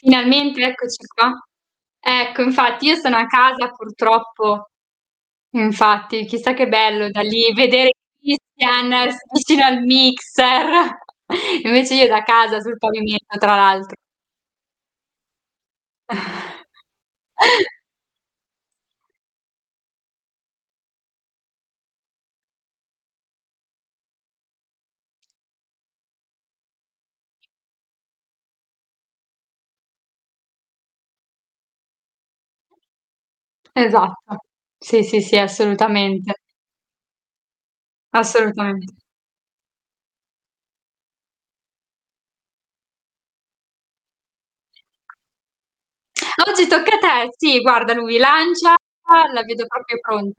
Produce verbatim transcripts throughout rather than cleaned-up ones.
Finalmente eccoci qua. Ecco, infatti io sono a casa purtroppo infatti, chissà che bello da lì vedere Christian s vicino al mixer. Invece io da casa sul pavimento tra l'altro. Esatto. Sì, sì, sì, assolutamente. Assolutamente. Oggi tocca a te. Sì, guarda lui lancia, la vedo proprio pronta.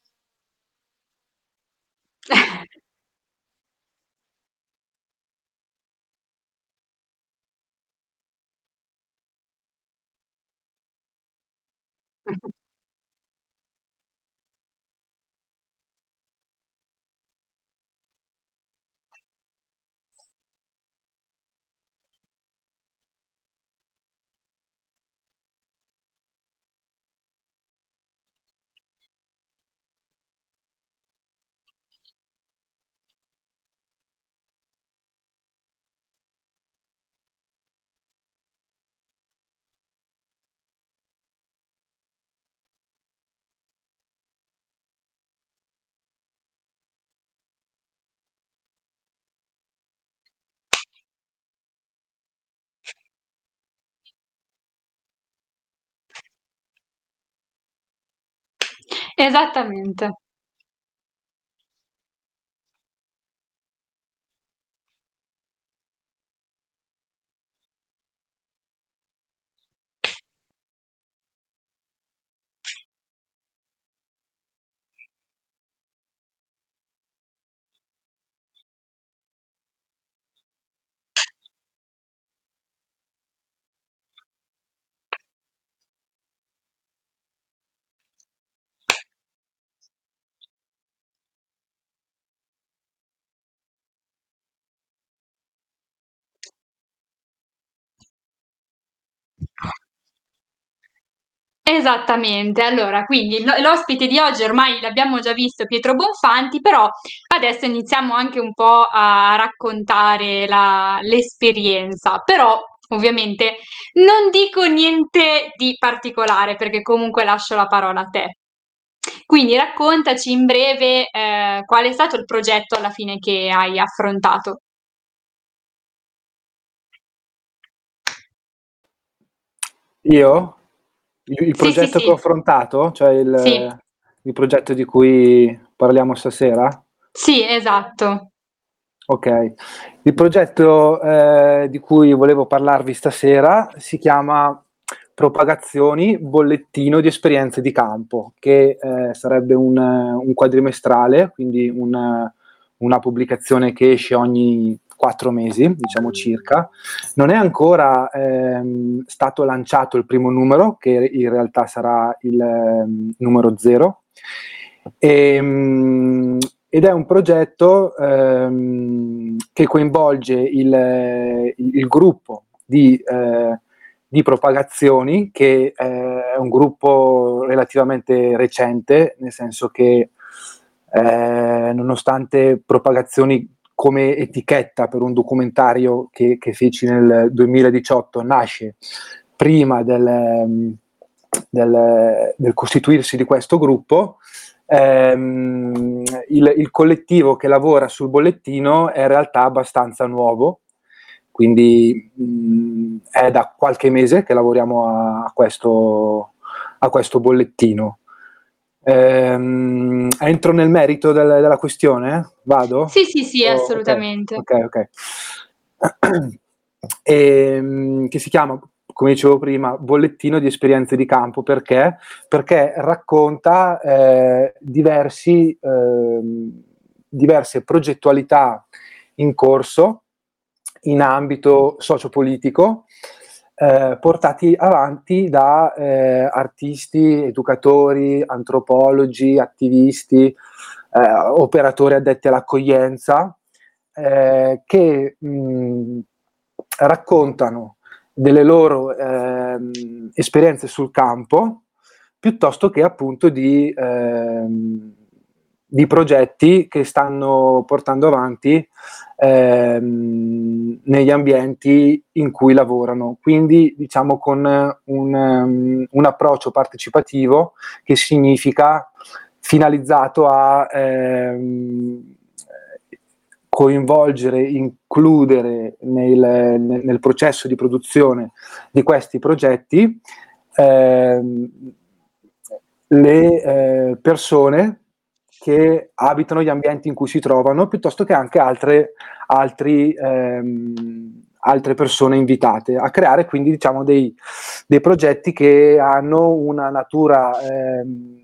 Esattamente. Esattamente. Allora, quindi l'o l'ospite di oggi ormai l'abbiamo già visto, Pietro Bonfanti, però adesso iniziamo anche un po' a raccontare la l'esperienza. Però, ovviamente, non dico niente di particolare, perché comunque lascio la parola a te. Quindi raccontaci in breve, ehm, qual è stato il progetto alla fine che hai affrontato. Io? Il il Sì, sì, progetto che ho sì. affrontato? Cioè Sì. il il progetto di cui parliamo stasera? Sì, esatto. Okay. Il progetto, ehm, di cui volevo parlarvi stasera si chiama "Propagazioni, bollettino di esperienze di campo", che, ehm, sarebbe un un quadrimestrale, quindi un una pubblicazione che esce ogni quattro mesi, diciamo circa. Non è ancora, ehm, stato lanciato il primo numero, che in realtà sarà il numero zero. Ehm, ed è un progetto, ehm, che coinvolge il il gruppo di ehm, di propagazioni che, ehm, è un gruppo relativamente recente, nel senso che, ehm, nonostante propagazioni come etichetta per un documentario che che feci nel duemiladiciotto nasce prima del del del costituirsi di questo gruppo, ehm, il il collettivo che lavora sul bollettino è in realtà abbastanza nuovo, quindi, mhmm, è da qualche mese che lavoriamo a questo a questo bollettino. Ehm, entro nel merito del della questione? Vado? Sì, sì, sì, O okay, assolutamente. okay, okay. Ehm, che si chiama, come dicevo prima, "Bollettino di esperienze di campo". Perché? Perché racconta, ehm, diversi ehm, diverse progettualità in corso in ambito sociopolitico, ehm, portati avanti da, ehm, artisti, educatori, antropologi, attivisti, ehm, operatori addetti all'accoglienza, ehm, che, mhmm, raccontano delle loro ehm, esperienze sul campo, piuttosto che appunto di, ehm, di progetti che stanno portando avanti ehm, negli ambienti in cui lavorano. Quindi diciamo con un, um, un approccio partecipativo, che significa finalizzato a ehm, coinvolgere, includere nel, nel, nel processo di produzione di questi progetti ehm, le eh, persone che abitano gli ambienti in cui si trovano, piuttosto che anche altre, altri, ehm, altre persone invitate, a creare quindi diciamo dei, dei progetti che hanno una natura ehm,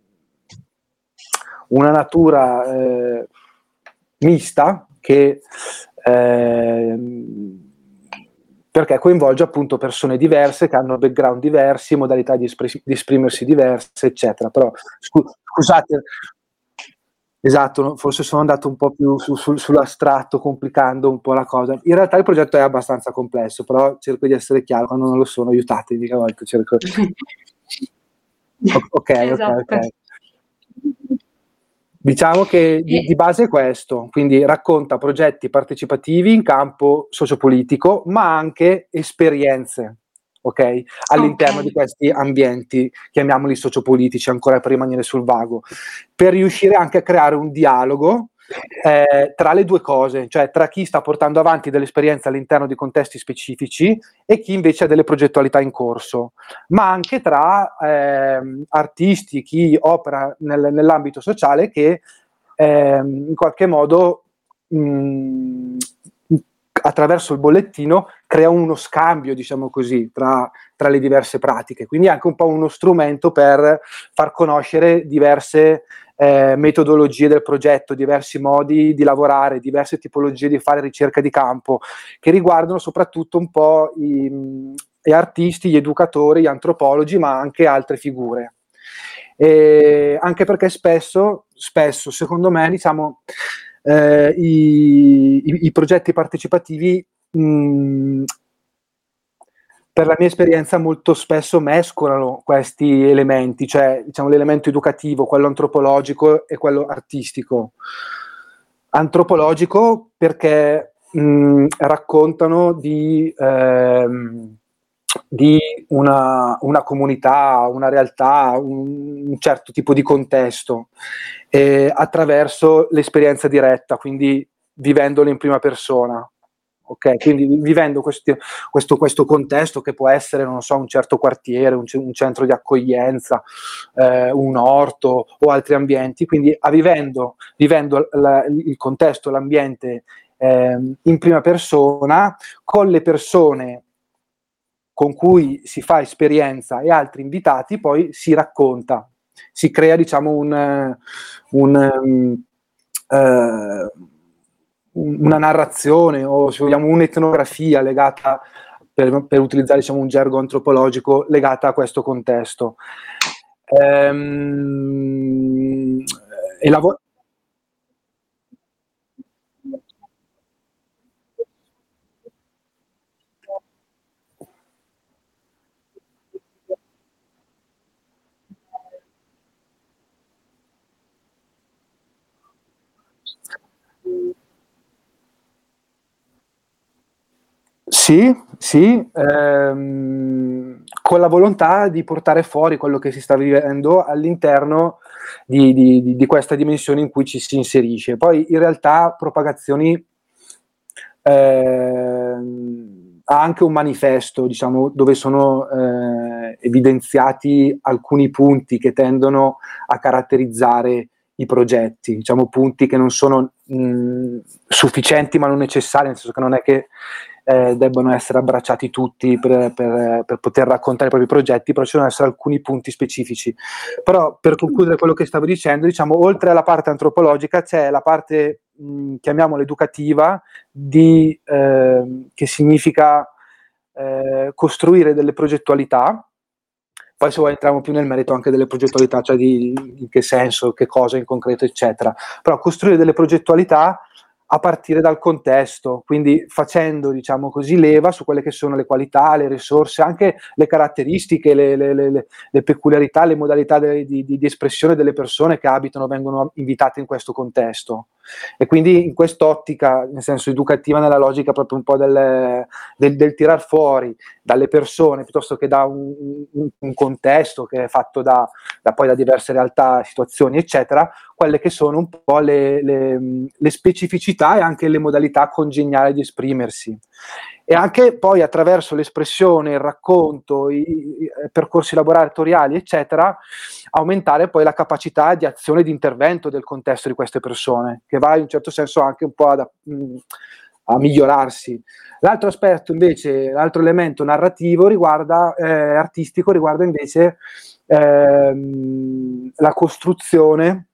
una natura eh, mista, che ehm, perché coinvolge appunto persone diverse che hanno background diversi, modalità di, espres- di esprimersi diverse, eccetera. Però scu- scusate, esatto, no? Forse sono andato un po' più su, su, sull'astratto, complicando un po' la cosa. In realtà il progetto è abbastanza complesso, però cerco di essere chiaro. Quando non lo sono, aiutatemi, a volte cerco. Ok, ok, Esatto. ok. Diciamo che di, di base è questo, quindi racconta progetti partecipativi in campo sociopolitico, ma anche esperienze, ok? All'interno Okay. di questi ambienti, chiamiamoli sociopolitici, ancora per rimanere sul vago, per riuscire anche a creare un dialogo eh, tra le due cose, cioè tra chi sta portando avanti delle esperienze all'interno di contesti specifici e chi invece ha delle progettualità in corso, ma anche tra ehm, artisti, chi opera nel, nell'ambito sociale che ehm, in qualche modo mh, attraverso il bollettino crea uno scambio, diciamo così, tra, tra le diverse pratiche, quindi è anche un po' uno strumento per far conoscere diverse eh, metodologie del progetto, diversi modi di lavorare, diverse tipologie di fare ricerca di campo, che riguardano soprattutto un po' i, gli artisti, gli educatori, gli antropologi, ma anche altre figure. E anche perché spesso, spesso, secondo me, diciamo, eh, i, i, i progetti partecipativi mh, per la mia esperienza molto spesso mescolano questi elementi, cioè diciamo l'elemento educativo, quello antropologico e quello artistico. Antropologico perché mh, raccontano di, ehm, di una, una comunità, una realtà, un, un certo tipo di contesto, eh, attraverso l'esperienza diretta, quindi vivendolo in prima persona. Ok, quindi vivendo questi, questo, questo contesto che può essere, non so, un certo quartiere, un, un centro di accoglienza, eh, un orto o altri ambienti, quindi a vivendo, vivendo la, il contesto, l'ambiente eh, in prima persona, con le persone con cui si fa esperienza e altri invitati, poi si racconta, si crea diciamo un, un um, eh, una narrazione o se vogliamo un'etnografia legata, per, per utilizzare diciamo, un gergo antropologico, legata a questo contesto. Ehm, e lav- Sì, sì, ehm, con la volontà di portare fuori quello che si sta vivendo all'interno di, di, di questa dimensione in cui ci si inserisce. Poi in realtà propagazioni ehm, ha anche un manifesto, diciamo, dove sono eh, evidenziati alcuni punti che tendono a caratterizzare i progetti, diciamo punti che non sono mh, sufficienti ma non necessari, nel senso che non è che eh, debbano essere abbracciati tutti per, per, per poter raccontare i propri progetti, però ci devono essere alcuni punti specifici. Però per concludere quello che stavo dicendo, diciamo, oltre alla parte antropologica c'è la parte, mh, chiamiamola educativa, di, eh, che significa eh, costruire delle progettualità. Poi se vuoi entriamo più nel merito anche delle progettualità, cioè di in che senso, che cosa in concreto, eccetera. Però costruire delle progettualità a partire dal contesto, quindi facendo, diciamo così, leva su quelle che sono le qualità, le risorse, anche le caratteristiche, le, le, le, le peculiarità, le modalità de, di, di espressione delle persone che abitano, vengono invitate in questo contesto. E quindi in quest'ottica, nel senso educativa, nella logica proprio un po' del, del, del tirar fuori dalle persone, piuttosto che da un, un, un contesto che è fatto da, da poi da diverse realtà, situazioni, eccetera, quelle che sono un po' le, le, le specificità e anche le modalità congeniali di esprimersi. E anche poi attraverso l'espressione, il racconto, i, i percorsi laboratoriali, eccetera, aumentare poi la capacità di azione e di intervento del contesto di queste persone, che va in un certo senso anche un po' ad, a migliorarsi. L'altro aspetto invece, l'altro elemento narrativo riguarda, eh, artistico, riguarda invece ehm, la costruzione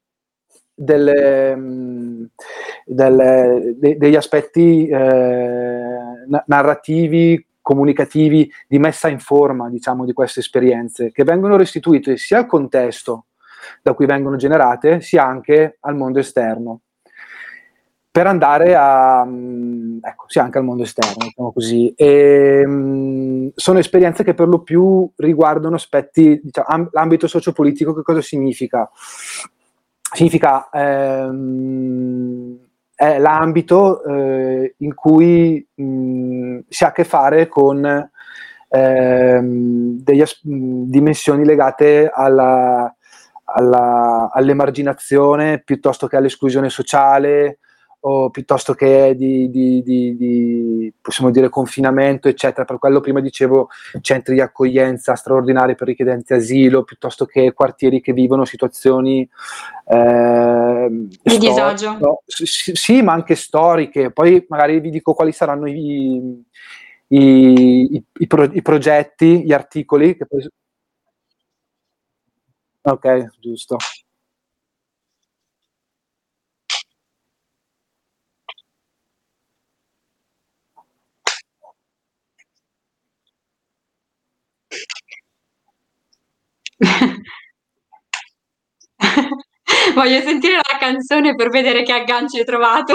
delle, delle, de, degli aspetti eh, narrativi, comunicativi, di messa in forma, diciamo, di queste esperienze, che vengono restituite sia al contesto da cui vengono generate, sia anche al mondo esterno, per andare a, ecco, sia anche al mondo esterno, diciamo così. E, mh, sono esperienze che per lo più riguardano aspetti, diciamo, amb- l'ambito sociopolitico. Che cosa significa? Significa ehm, è l'ambito eh, in cui mh, si ha a che fare con ehm, delle as- dimensioni legate alla, alla, all'emarginazione piuttosto che all'esclusione sociale, o piuttosto che di, di, di, di, possiamo dire, confinamento, eccetera. Per quello prima dicevo centri di accoglienza straordinari per richiedenti asilo, piuttosto che quartieri che vivono situazioni eh, di stor- disagio. no, sì, sì, ma anche storiche. Poi magari vi dico quali saranno i, i, i, i, pro, i progetti, gli articoli. Che poi... Ok, giusto. Voglio sentire la canzone per vedere che aggancio hai trovato.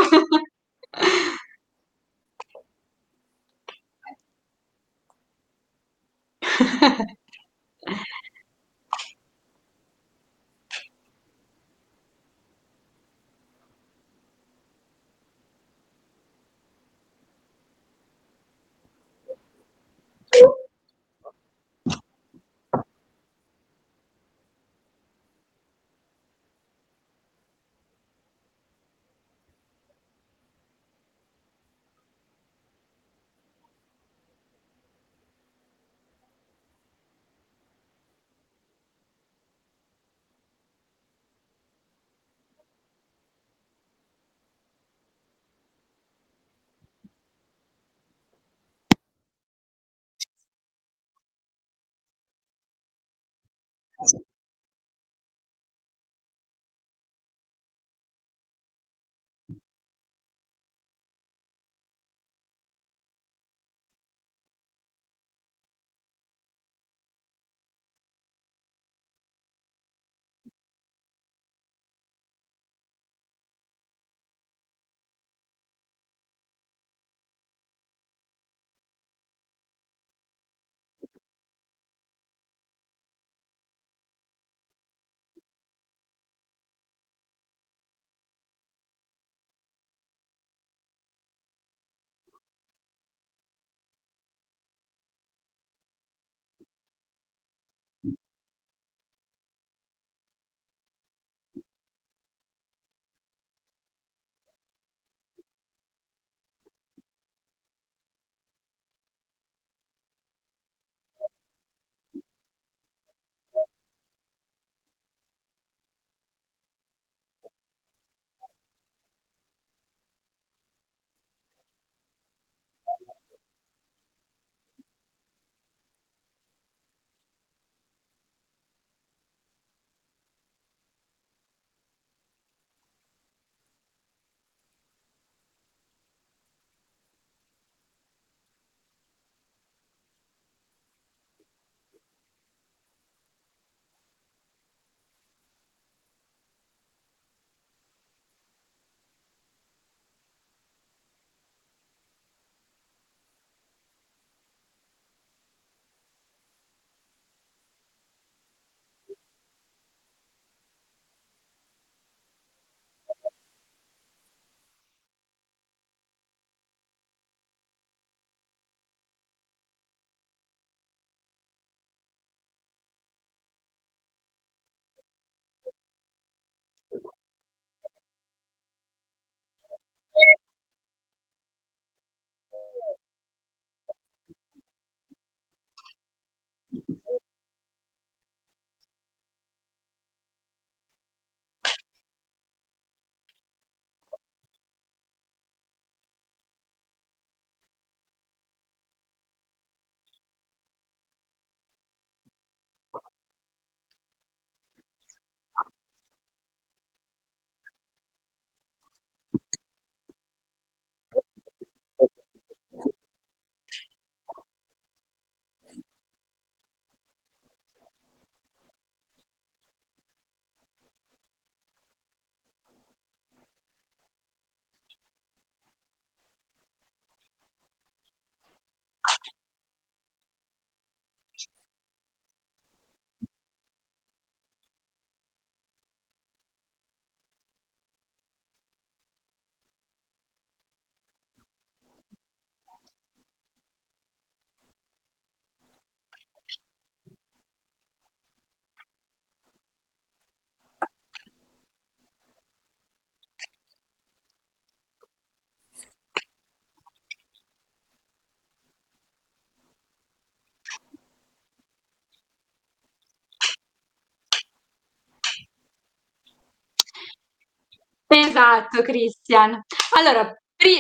Esatto, Christian. Allora, pri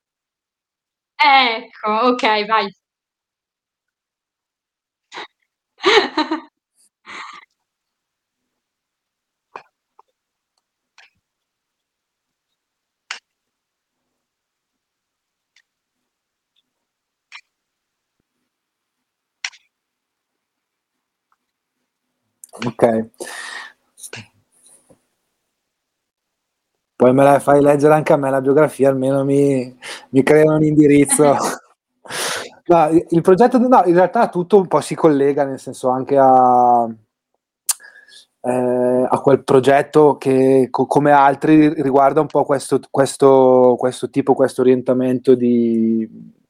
ecco, okay, vai. Ok. Poi me la fai leggere anche a me la biografia, almeno mi, mi crea un indirizzo. No, il progetto, no, in realtà tutto un po' si collega, nel senso anche a, eh, a quel progetto che, co- come altri, riguarda un po' questo, questo, questo tipo, questo orientamento di,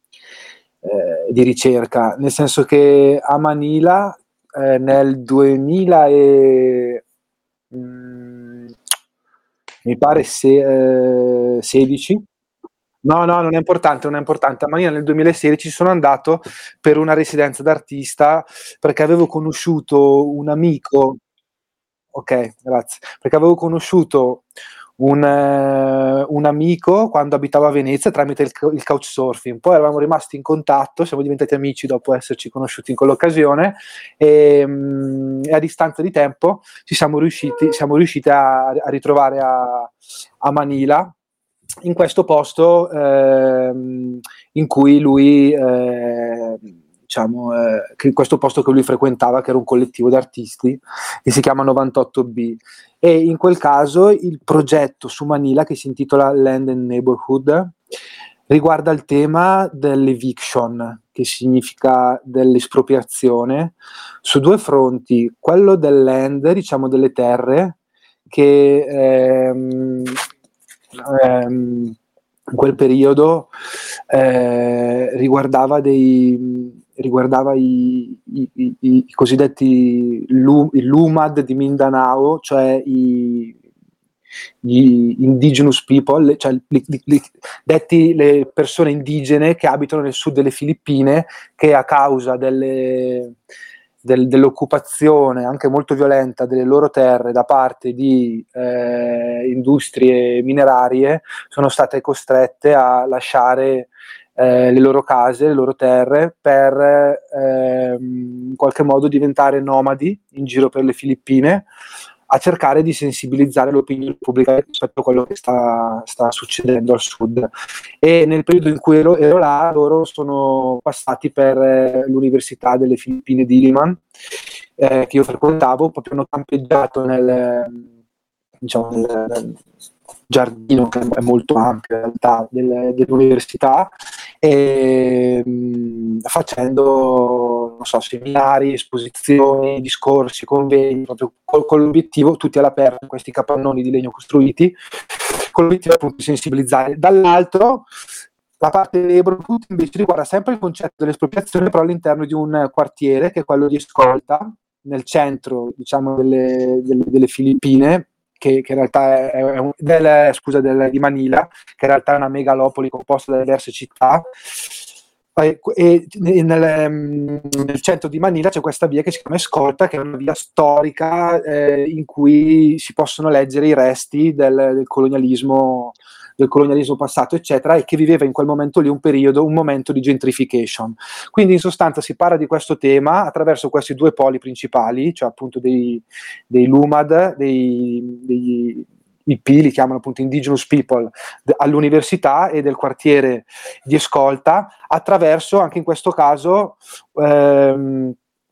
eh, di ricerca, nel senso che a Manila eh, nel duemila e, mm, mi pare se, eh, sedici. No, no, non è importante, non è importante. A Manila nel duemilasedici sono andato per una residenza d'artista perché avevo conosciuto un amico. Ok, grazie. Perché avevo conosciuto un, eh, un amico quando abitavo a Venezia tramite il, il couchsurfing. Poi eravamo rimasti in contatto, siamo diventati amici dopo esserci conosciuti in quell'occasione e, mm, e a distanza di tempo ci siamo riusciti, siamo riusciti a, a ritrovare a, a Manila in questo posto ehm, in cui lui eh, diciamo eh, che questo posto che lui frequentava, che era un collettivo di artisti che si chiama novantotto B, e in quel caso il progetto su Manila, che si intitola Land and Neighborhood, riguarda il tema dell'eviction, che significa dell'espropriazione, su due fronti: quello del land, diciamo delle terre, che ehm, ehm, in quel periodo eh, riguardava, dei, riguardava i, i, i, i cosiddetti Lu, il Lumad di Mindanao, cioè i, gli indigenous people, cioè li, li, li, detti le persone indigene che abitano nel sud delle Filippine, che a causa delle, del, dell'occupazione anche molto violenta delle loro terre da parte di eh, industrie minerarie sono state costrette a lasciare eh, le loro case, le loro terre per eh, in qualche modo diventare nomadi in giro per le Filippine, a cercare di sensibilizzare l'opinione pubblica rispetto a quello che sta, sta succedendo al sud. E nel periodo in cui ero, ero là, loro sono passati per eh, l'Università delle Filippine di Diliman, eh, che io frequentavo, proprio hanno campeggiato nel, diciamo, nel, nel giardino, che è molto ampio in realtà, del, dell'università, e, mh, facendo, non so, seminari, esposizioni, discorsi, convegni, proprio con, con l'obiettivo, tutti all'aperto, in questi capannoni di legno costruiti, con l'obiettivo appunto di sensibilizzare. Dall'altro, la parte neighborhood invece riguarda sempre il concetto dell'espropriazione, però all'interno di un quartiere che è quello di Escolta, nel centro, diciamo, delle, delle, delle Filippine, che, che in realtà è, è un, del, scusa, del, di Manila, che in realtà è una megalopoli composta da diverse città. E, e nel, nel centro di Manila c'è questa via che si chiama Escolta, che è una via storica eh, in cui si possono leggere i resti del, del colonialismo del colonialismo passato, eccetera, e che viveva in quel momento lì un periodo, un momento di gentrification. Quindi in sostanza si parla di questo tema attraverso questi due poli principali, cioè appunto dei, dei Lumad, dei, dei I P, li chiamano appunto Indigenous People, all'università, e del quartiere di Escolta, attraverso anche in questo caso ehm,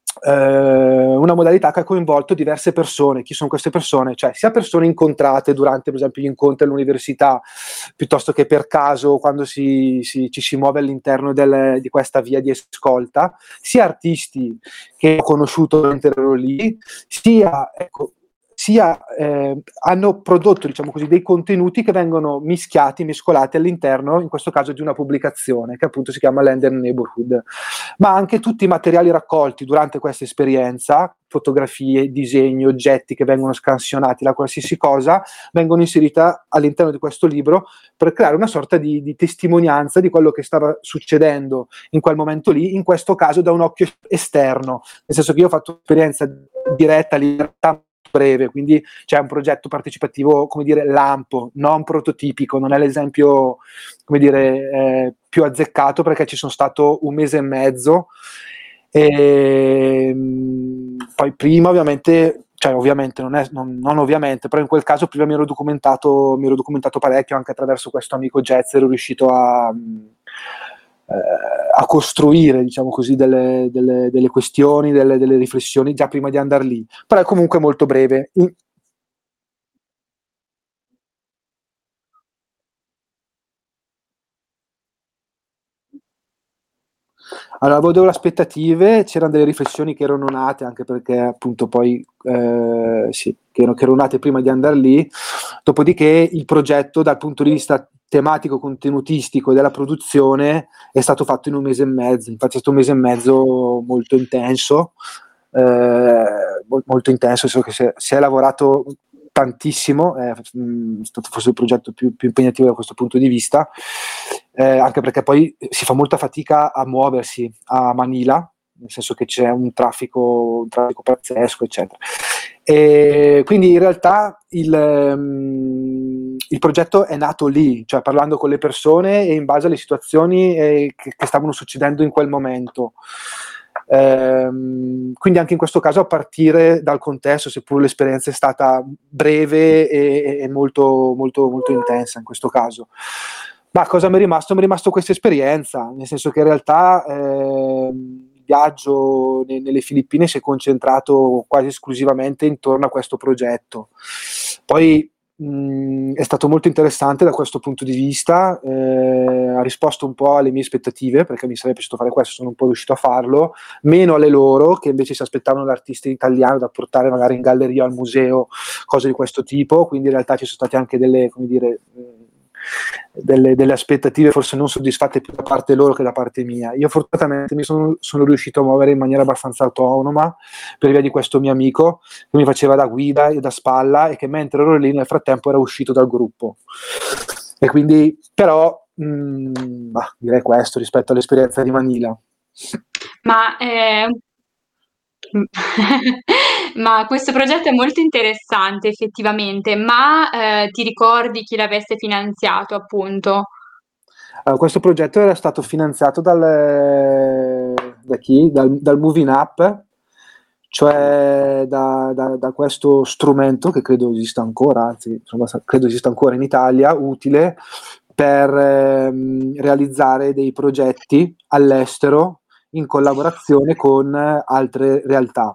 eh, una modalità che ha coinvolto diverse persone. Chi sono queste persone? Cioè sia persone incontrate durante per esempio gli incontri all'università, piuttosto che per caso quando si, si, ci si muove all'interno del, di questa via di Escolta, sia artisti che ho conosciuto mentre ero lì, sia ecco, sia eh, hanno prodotto, diciamo così, dei contenuti che vengono mischiati, mescolati all'interno, in questo caso, di una pubblicazione che appunto si chiama Land and Neighborhood. Ma anche tutti i materiali raccolti durante questa esperienza, fotografie, disegni, oggetti che vengono scansionati, la qualsiasi cosa, vengono inseriti all'interno di questo libro per creare una sorta di, di testimonianza di quello che stava succedendo in quel momento lì, in questo caso da un occhio esterno, nel senso che io ho fatto un'esperienza diretta, libertà breve, quindi c'è un progetto partecipativo, come dire, lampo, non prototipico, non è l'esempio, come dire, eh, più azzeccato, perché ci sono stato un mese e mezzo. E poi prima ovviamente, cioè ovviamente non, è, non, non ovviamente, però in quel caso prima mi ero documentato, mi ero documentato parecchio, anche attraverso questo amico jazz ero riuscito a, eh, a costruire, diciamo così, delle, delle, delle questioni, delle, delle riflessioni già prima di andare lì, però è comunque molto breve. In, Allora, avevo delle aspettative, c'erano delle riflessioni che erano nate, anche perché appunto poi eh, sì, che erano, che erano nate prima di andare lì, dopodiché il progetto dal punto di vista tematico, contenutistico della produzione è stato fatto in un mese e mezzo, infatti è stato un mese e mezzo molto intenso, eh, molto intenso, so che si è, si è lavorato tantissimo, è stato forse il progetto più, più impegnativo da questo punto di vista, eh, anche perché poi si fa molta fatica a muoversi a Manila, nel senso che c'è un traffico, un traffico pazzesco, eccetera. E quindi in realtà il, um, il progetto è nato lì, cioè parlando con le persone e in base alle situazioni eh, che, che stavano succedendo in quel momento. Ehm, quindi anche in questo caso a partire dal contesto, seppur l'esperienza è stata breve e, e molto, molto, molto intensa in questo caso. Ma cosa mi è rimasto? Mi è rimasto questa esperienza, nel senso che in realtà eh, il viaggio ne, nelle Filippine si è concentrato quasi esclusivamente intorno a questo progetto. Poi mh, è stato molto interessante da questo punto di vista, eh, ha risposto un po' alle mie aspettative, perché mi sarebbe piaciuto fare questo, sono un po' riuscito a farlo, meno alle loro, che invece si aspettavano l'artista italiano da portare magari in galleria o al museo, cose di questo tipo, quindi in realtà ci sono state anche delle, come dire, Delle, delle aspettative forse non soddisfatte più da parte loro che da parte mia. Io fortunatamente mi sono, sono riuscito a muovere in maniera abbastanza autonoma per via di questo mio amico che mi faceva da guida e da spalla e che mentre ero lì nel frattempo era uscito dal gruppo. E quindi però mh, bah, direi questo rispetto all'esperienza di Manila. Ma, eh, ma questo progetto è molto interessante effettivamente, ma eh, ti ricordi chi l'avesse finanziato, appunto? Uh, questo progetto era stato finanziato dal, da chi? Dal, dal Moving Up, cioè da, da, da questo strumento che credo esista ancora, anzi insomma, credo esista ancora in Italia, utile per ehm, realizzare dei progetti all'estero in collaborazione con altre realtà.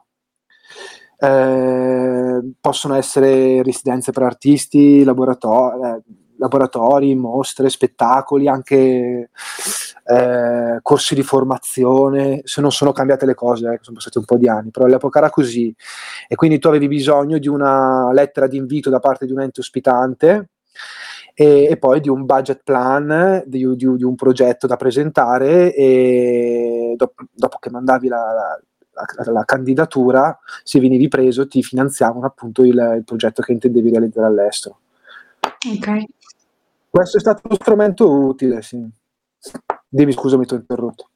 Eh, possono essere residenze per artisti, laboratori, eh, laboratori, mostre, spettacoli, anche eh, corsi di formazione, se non sono cambiate le cose, eh, sono passati un po' di anni, però all'epoca era così. E quindi tu avevi bisogno di una lettera di invito da parte di un ente ospitante e, e poi di un budget plan, di, di, di un progetto da presentare e dopo, dopo che mandavi la, la La, la candidatura, se venivi preso ti finanziavano appunto il, il progetto che intendevi realizzare all'estero. Ok. Questo è stato uno strumento utile, sì. Dimmi, scusami, ti ho interrotto.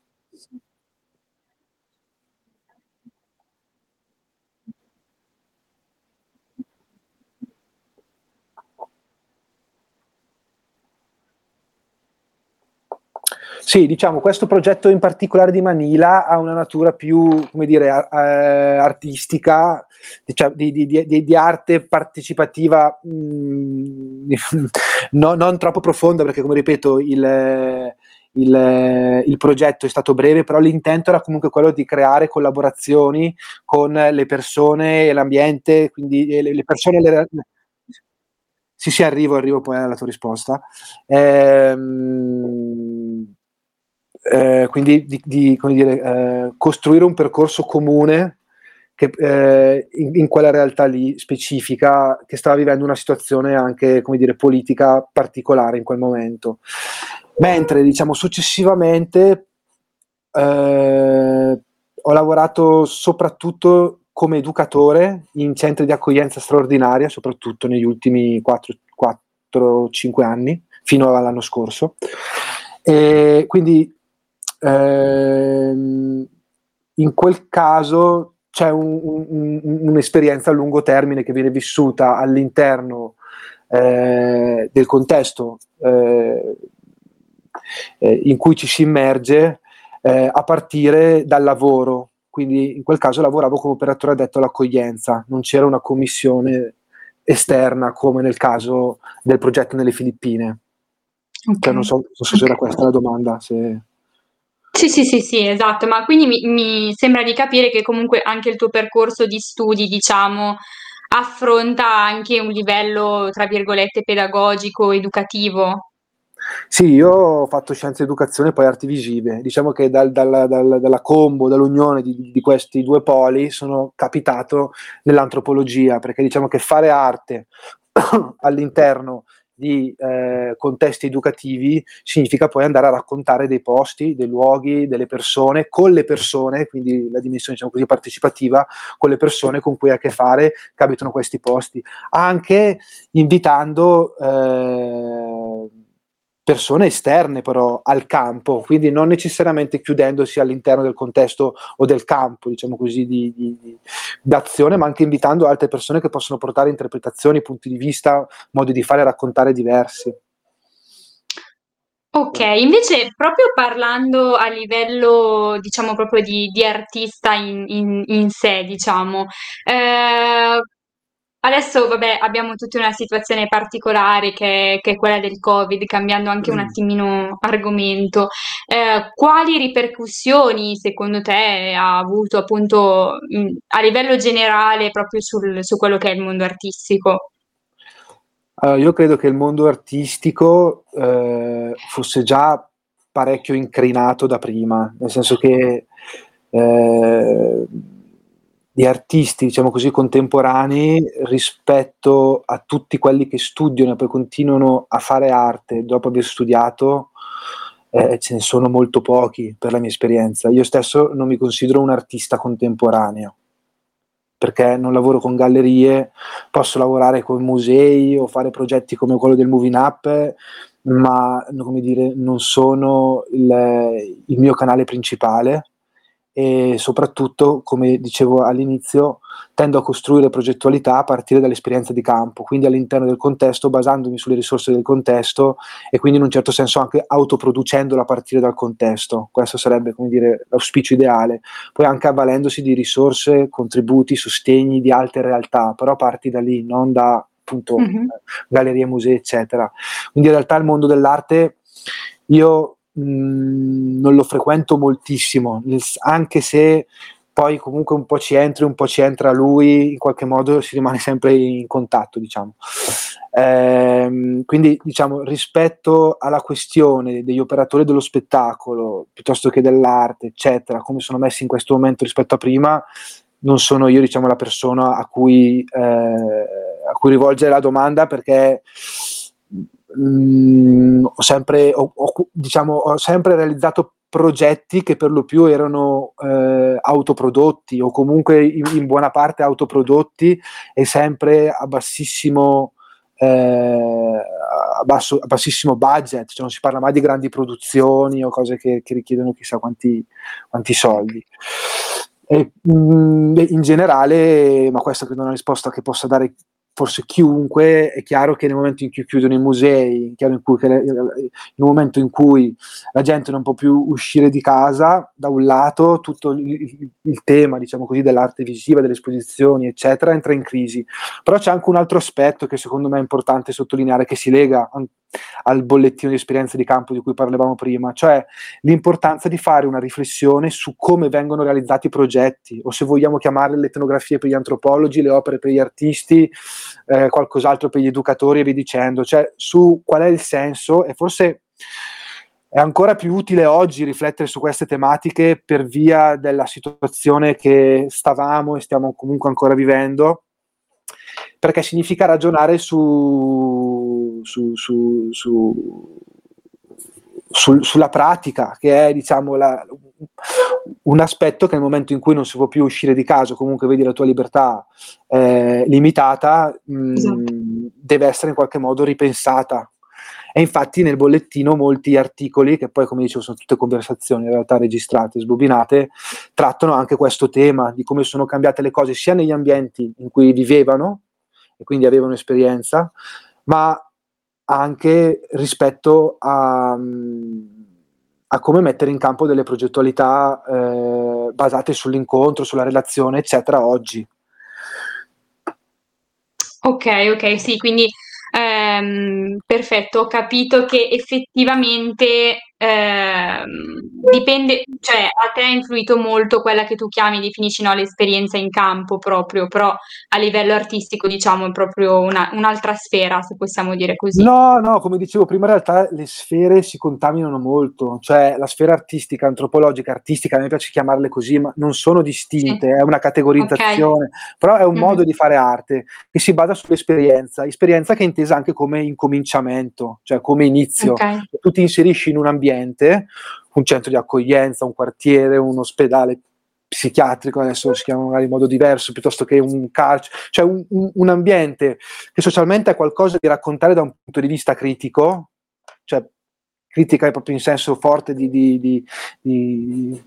Sì, diciamo, questo progetto in particolare di Manila ha una natura più, come dire, eh, artistica, diciamo, di, di, di, di arte partecipativa, mh, no, non troppo profonda, perché come ripeto, il, il, il progetto è stato breve, però l'intento era comunque quello di creare collaborazioni con le persone e l'ambiente, quindi le, le persone... Le, sì, sì, arrivo, arrivo poi alla tua risposta. Ehm, eh, quindi di, di come dire, eh, costruire un percorso comune che, eh, in, in quella realtà lì specifica che stava vivendo una situazione anche, come dire, politica particolare in quel momento. Mentre, diciamo, successivamente eh, ho lavorato soprattutto come educatore in centri di accoglienza straordinaria, soprattutto negli ultimi quattro cinque anni, fino all'anno scorso. E quindi ehm, in quel caso c'è un, un, un'esperienza a lungo termine che viene vissuta all'interno eh, del contesto eh, eh, in cui ci si immerge eh, a partire dal lavoro. Quindi in quel caso lavoravo come operatore addetto all'accoglienza, non c'era una commissione esterna come nel caso del progetto nelle Filippine. Okay. Cioè, non so, non so se era questa la domanda. Se... Sì, sì, sì, sì, esatto, ma quindi mi, mi sembra di capire che comunque anche il tuo percorso di studi, diciamo, affronta anche un livello, tra virgolette, pedagogico, educativo. Sì, io ho fatto scienze educazione e poi arti visive. Diciamo che dal, dal, dal, dalla combo, dall'unione di, di questi due poli sono capitato nell'antropologia, perché diciamo che fare arte all'interno di eh, contesti educativi significa poi andare a raccontare dei posti, dei luoghi, delle persone, con le persone, quindi la dimensione, diciamo così, partecipativa, con le persone con cui hai a che fare, che abitano questi posti, anche invitando eh, persone esterne però al campo, quindi non necessariamente chiudendosi all'interno del contesto o del campo, diciamo così, di, di, di d'azione, ma anche invitando altre persone che possono portare interpretazioni, punti di vista, modi di fare e raccontare diversi. Ok, invece proprio parlando a livello, diciamo, proprio di, di artista in, in- in sé, diciamo, eh, adesso, vabbè, abbiamo tutta una situazione particolare che, che è quella del Covid, cambiando anche un attimino argomento. Eh, quali ripercussioni secondo te ha avuto appunto in- a livello generale proprio sul- su quello che è il mondo artistico? Uh, io credo che il mondo artistico eh, fosse già parecchio incrinato da prima, nel senso che eh, gli artisti, diciamo così, contemporanei rispetto a tutti quelli che studiano e poi continuano a fare arte dopo aver studiato, eh, ce ne sono molto pochi per la mia esperienza. Io stesso non mi considero un artista contemporaneo, perché non lavoro con gallerie, posso lavorare con musei o fare progetti come quello del Moving Up, ma come dire, non sono il, il mio canale principale e soprattutto, come dicevo all'inizio, tendo a costruire progettualità a partire dall'esperienza di campo, quindi all'interno del contesto, basandomi sulle risorse del contesto e quindi in un certo senso anche autoproducendola a partire dal contesto. Questo sarebbe, come dire, l'auspicio ideale. Poi anche avvalendosi di risorse, contributi, sostegni di altre realtà, però parti da lì, non da appunto Mhm. gallerie, musei, eccetera. Quindi in realtà il mondo dell'arte io mh, non lo frequento moltissimo, anche se poi comunque un po' ci entri, un po' ci entra lui, in qualche modo si rimane sempre in contatto, diciamo. Ehm, quindi, diciamo, rispetto alla questione degli operatori dello spettacolo, piuttosto che dell'arte, eccetera, come sono messi in questo momento rispetto a prima, non sono io, diciamo, la persona a cui, eh, a cui rivolgere la domanda, perché mh, ho sempre, ho, ho, diciamo, ho sempre realizzato progetti che per lo più erano eh, autoprodotti o comunque in, in buona parte autoprodotti e sempre a bassissimo eh, a, basso, a bassissimo budget, cioè non si parla mai di grandi produzioni o cose che, che richiedono chissà quanti, quanti soldi. E, mh, in generale, ma questa credo è una risposta che possa dare forse chiunque, è chiaro che nel momento in cui chiudono i musei, chiaro in cui, nel momento in cui la gente non può più uscire di casa, da un lato tutto il, il tema, diciamo così, dell'arte visiva, delle esposizioni, eccetera, entra in crisi. Però c'è anche un altro aspetto che secondo me è importante sottolineare, che si lega al bollettino di esperienze di campo di cui parlavamo prima, cioè l'importanza di fare una riflessione su come vengono realizzati i progetti, o se vogliamo chiamare le etnografie per gli antropologi, le opere per gli artisti, eh, qualcos'altro per gli educatori e via dicendo, cioè su qual è il senso. E forse è ancora più utile oggi riflettere su queste tematiche per via della situazione che stavamo e stiamo comunque ancora vivendo, perché significa ragionare su, su, su, su, su sulla pratica, che è, diciamo, la, un aspetto che nel momento in cui non si può più uscire di casa, comunque vedi la tua libertà eh, limitata, mh, Esatto. deve essere in qualche modo ripensata. E infatti nel bollettino molti articoli, che poi come dicevo sono tutte conversazioni in realtà registrate, sbobinate, trattano anche questo tema di come sono cambiate le cose sia negli ambienti in cui vivevano e quindi avevano esperienza, ma anche rispetto a, a come mettere in campo delle progettualità eh, basate sull'incontro, sulla relazione, eccetera, oggi. Ok, ok, sì, quindi ehm, perfetto, ho capito che effettivamente ehm, dipende, cioè a te ha influito molto quella che tu chiami, definisci, no, l'esperienza in campo proprio, però a livello artistico diciamo è proprio una- un'altra sfera, se possiamo dire così. No, no, come dicevo prima, in realtà le sfere si contaminano molto, cioè la sfera artistica, antropologica, artistica, a me piace chiamarle così, ma non sono Sì, distinte, è una ok. categorizzazione, però è un Mhm. modo di fare arte che si basa sull'esperienza, esperienza che è intesa anche come incominciamento, cioè come inizio. Ok. Tu ti inserisci in un ambiente, un centro di accoglienza, un quartiere, un ospedale psichiatrico, adesso si chiama magari in modo diverso, piuttosto che un carcere, cioè un, un, un ambiente che socialmente è qualcosa di raccontare da un punto di vista critico, cioè critica è proprio in senso forte di, di, di, di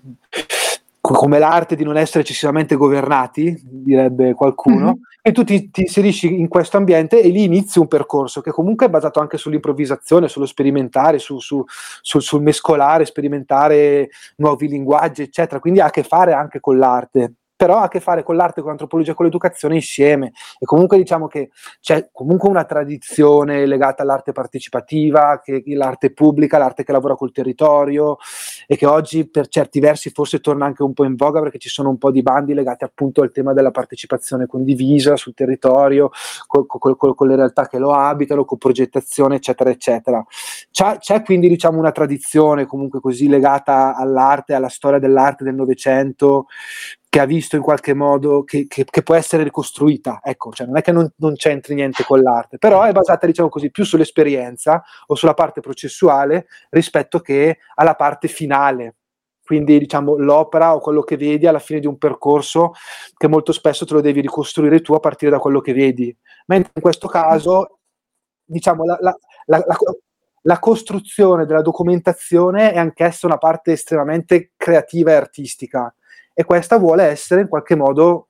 come l'arte di non essere eccessivamente governati, direbbe qualcuno, Mhm. e tu ti, ti inserisci in questo ambiente e lì inizi un percorso che comunque è basato anche sull'improvvisazione, sullo sperimentare, su, su, sul, sul mescolare, sperimentare nuovi linguaggi, eccetera. Quindi ha a che fare anche con l'arte, però ha a che fare con l'arte, con l'antropologia, con l'educazione insieme. E comunque diciamo che c'è comunque una tradizione legata all'arte partecipativa, che l'arte pubblica, l'arte che lavora col territorio e che oggi per certi versi forse torna anche un po' in voga perché ci sono un po' di bandi legati appunto al tema della partecipazione condivisa sul territorio, con, con, con, con le realtà che lo abitano, con progettazione, eccetera, eccetera. C'è, c'è quindi diciamo una tradizione comunque così legata all'arte, alla storia dell'arte del Novecento, che ha visto in qualche modo che, che, che può essere ricostruita, ecco, cioè non è che non, non c'entri niente con l'arte, però è basata diciamo così più sull'esperienza o sulla parte processuale rispetto che alla parte finale, quindi diciamo l'opera o quello che vedi alla fine di un percorso che molto spesso te lo devi ricostruire tu a partire da quello che vedi, mentre in questo caso diciamo la, la, la, la la costruzione della documentazione è anch'essa una parte estremamente creativa e artistica e questa vuole essere in qualche modo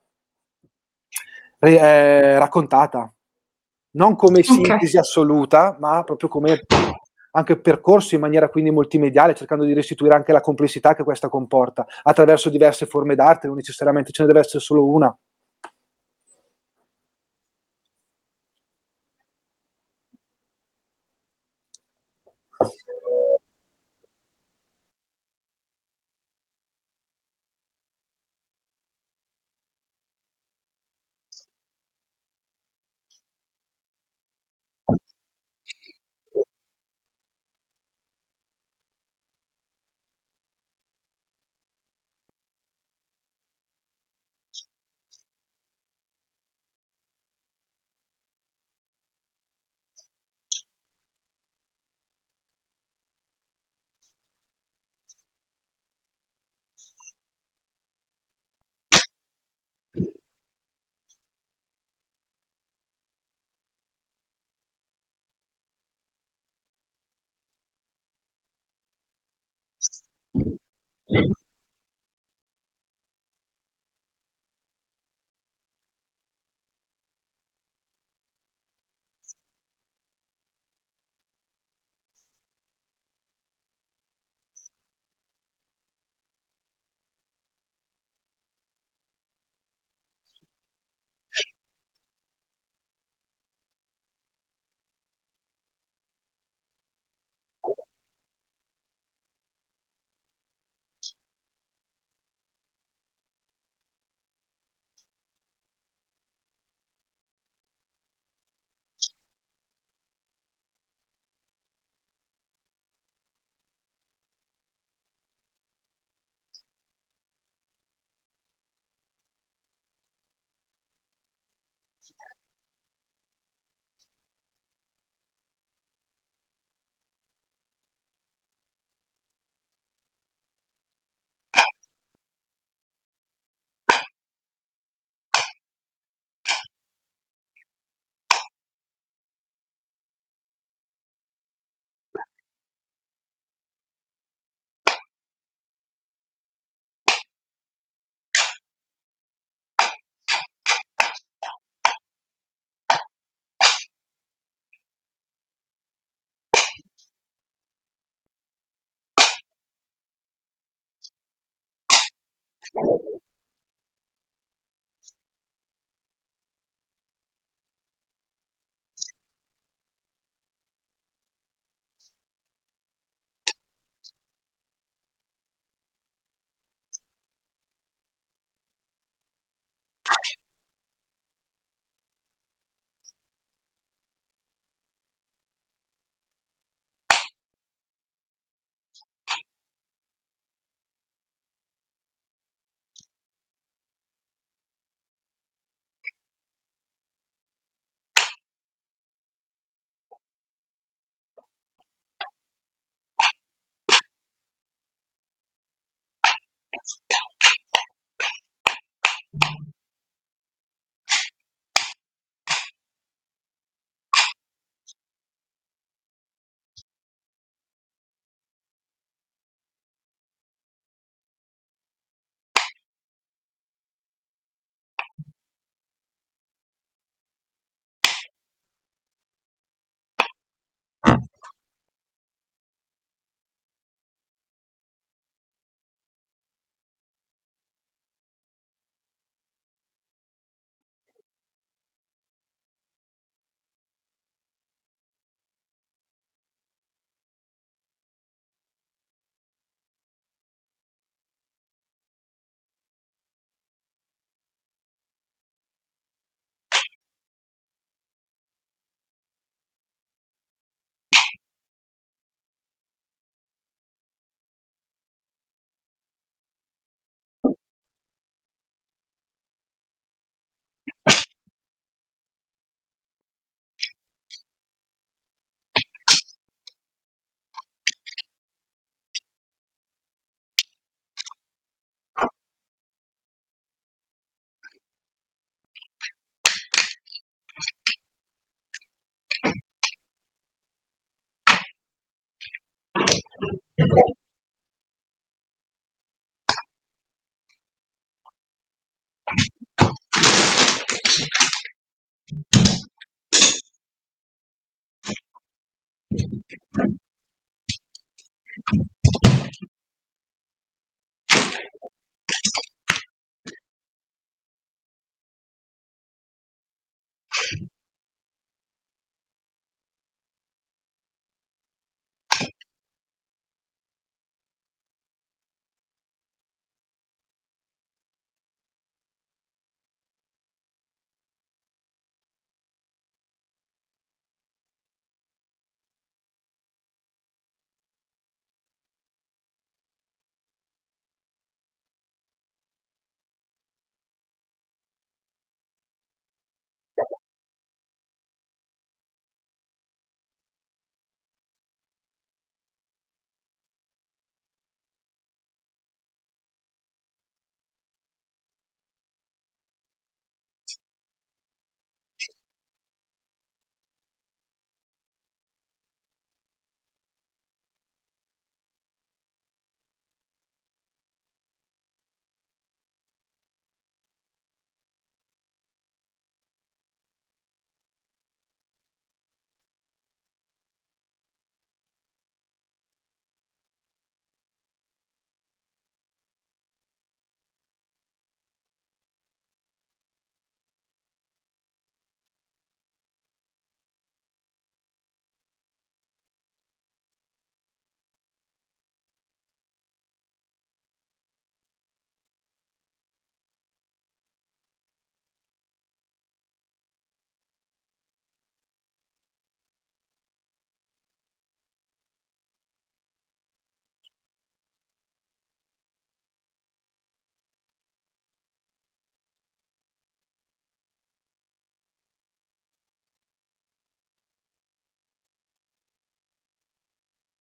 eh, raccontata, non come Ok. sintesi assoluta, ma proprio come anche percorso in maniera quindi multimediale, cercando di restituire anche la complessità che questa comporta attraverso diverse forme d'arte, non necessariamente ce ne deve essere solo una.